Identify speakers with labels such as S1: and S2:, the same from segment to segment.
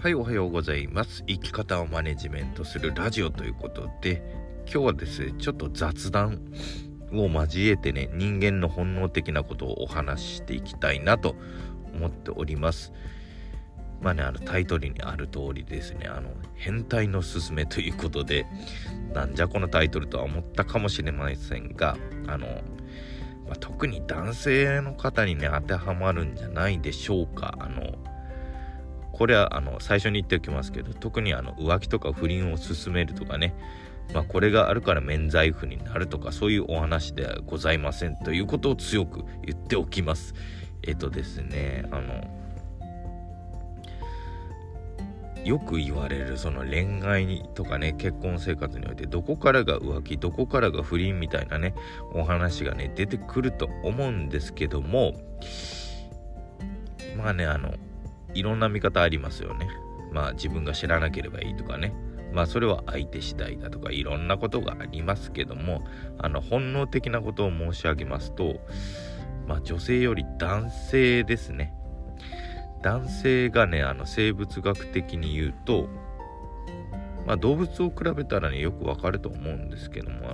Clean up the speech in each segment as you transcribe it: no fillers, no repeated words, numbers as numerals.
S1: はい、おはようございます。生き方をマネジメントするラジオということで、今日はですね、ちょっと雑談を交えてね、人間の本能的なことをお話ししていきたいなと思っております。タイトルにある通りですね、変態のすすめということで、なんじゃこのタイトルとは思ったかもしれませんが、特に男性の方にね、当てはまるんじゃないでしょうか。これは最初に言っておきますけど、特に浮気とか不倫を進めるとかね、これがあるから免罪符になるとか、そういうお話ではございませんということを強く言っておきます。ですね、よく言われるその恋愛とかね、結婚生活においてどこからが浮気、どこからが不倫みたいなね、お話がね出てくると思うんですけども、いろんな見方ありますよね。自分が知らなければいいとかね、それは相手次第だとか、いろんなことがありますけども、本能的なことを申し上げますと、女性より男性ですね。男性がね、生物学的に言うと、動物を比べたらね、よくわかると思うんですけども、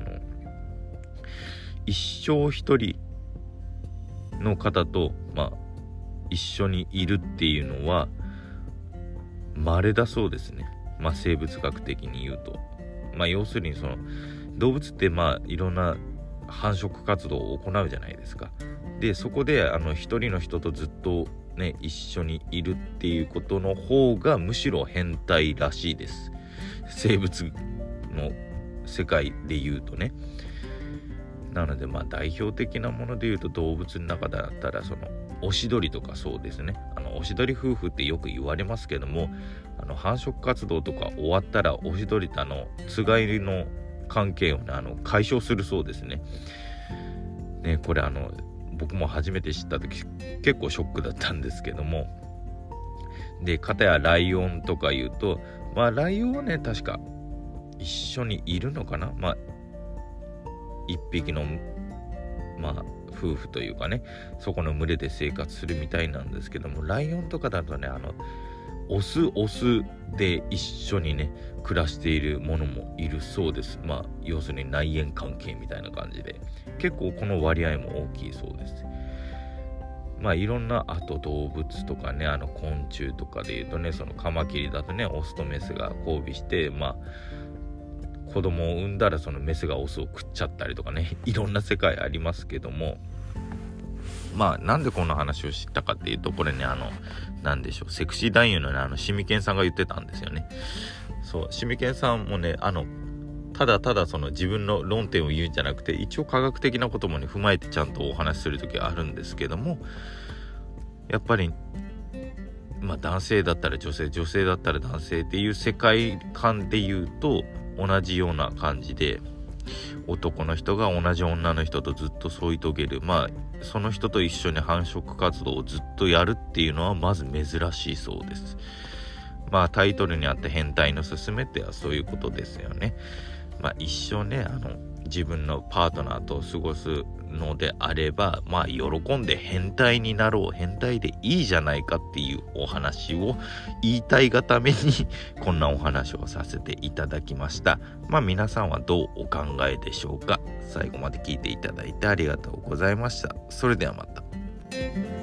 S1: 一生一人の方と一緒にいるっていうのは稀だそうですね。生物学的に言うと、要するにその動物っていろんな繁殖活動を行うじゃないですか。でそこで一人の人とずっとね一緒にいるっていうことの方がむしろ変態らしいです。生物の世界で言うとね。なので代表的なもので言うと、動物の中だったらそのオシドリとかそうですね。オシドリ夫婦ってよく言われますけども、繁殖活動とか終わったらオシドリとつがいの関係をね解消するそうですね。これ僕も初めて知った時結構ショックだったんですけども、で片やライオンとか言うと、ライオンはね確か一緒にいるのかな、一匹の夫婦というかね、そこの群れで生活するみたいなんですけども、ライオンとかだとねオスで一緒にね暮らしているものもいるそうです。要するに内縁関係みたいな感じで、結構この割合も大きいそうです。いろんなあと動物とかね、昆虫とかでいうとね、そのカマキリだとね、オスとメスが交尾して子供を産んだらそのメスがオスを食っちゃったりとかね、いろんな世界ありますけども、なんでこの話を知ったかっていうと、これねなんでしょう、セクシー男優のねシミケンさんが言ってたんですよね。そう、シミケンさんもねただただその自分の論点を言うんじゃなくて、一応科学的なこともね踏まえてちゃんとお話しする時はあるんですけども、やっぱり男性だったら女性、女性だったら男性っていう世界観で言うと同じような感じで、男の人が同じ女の人とずっと添い遂げる、その人と一緒に繁殖活動をずっとやるっていうのはまず珍しいそうです。タイトルにあった変態のすすめってはそういうことですよね。一生ね自分のパートナーと過ごすのであれば、喜んで変態になろう、変態でいいじゃないかっていうお話を言いたいがためにこんなお話をさせていただきました。皆さんはどうお考えでしょうか。最後まで聞いていただいてありがとうございました。それではまた。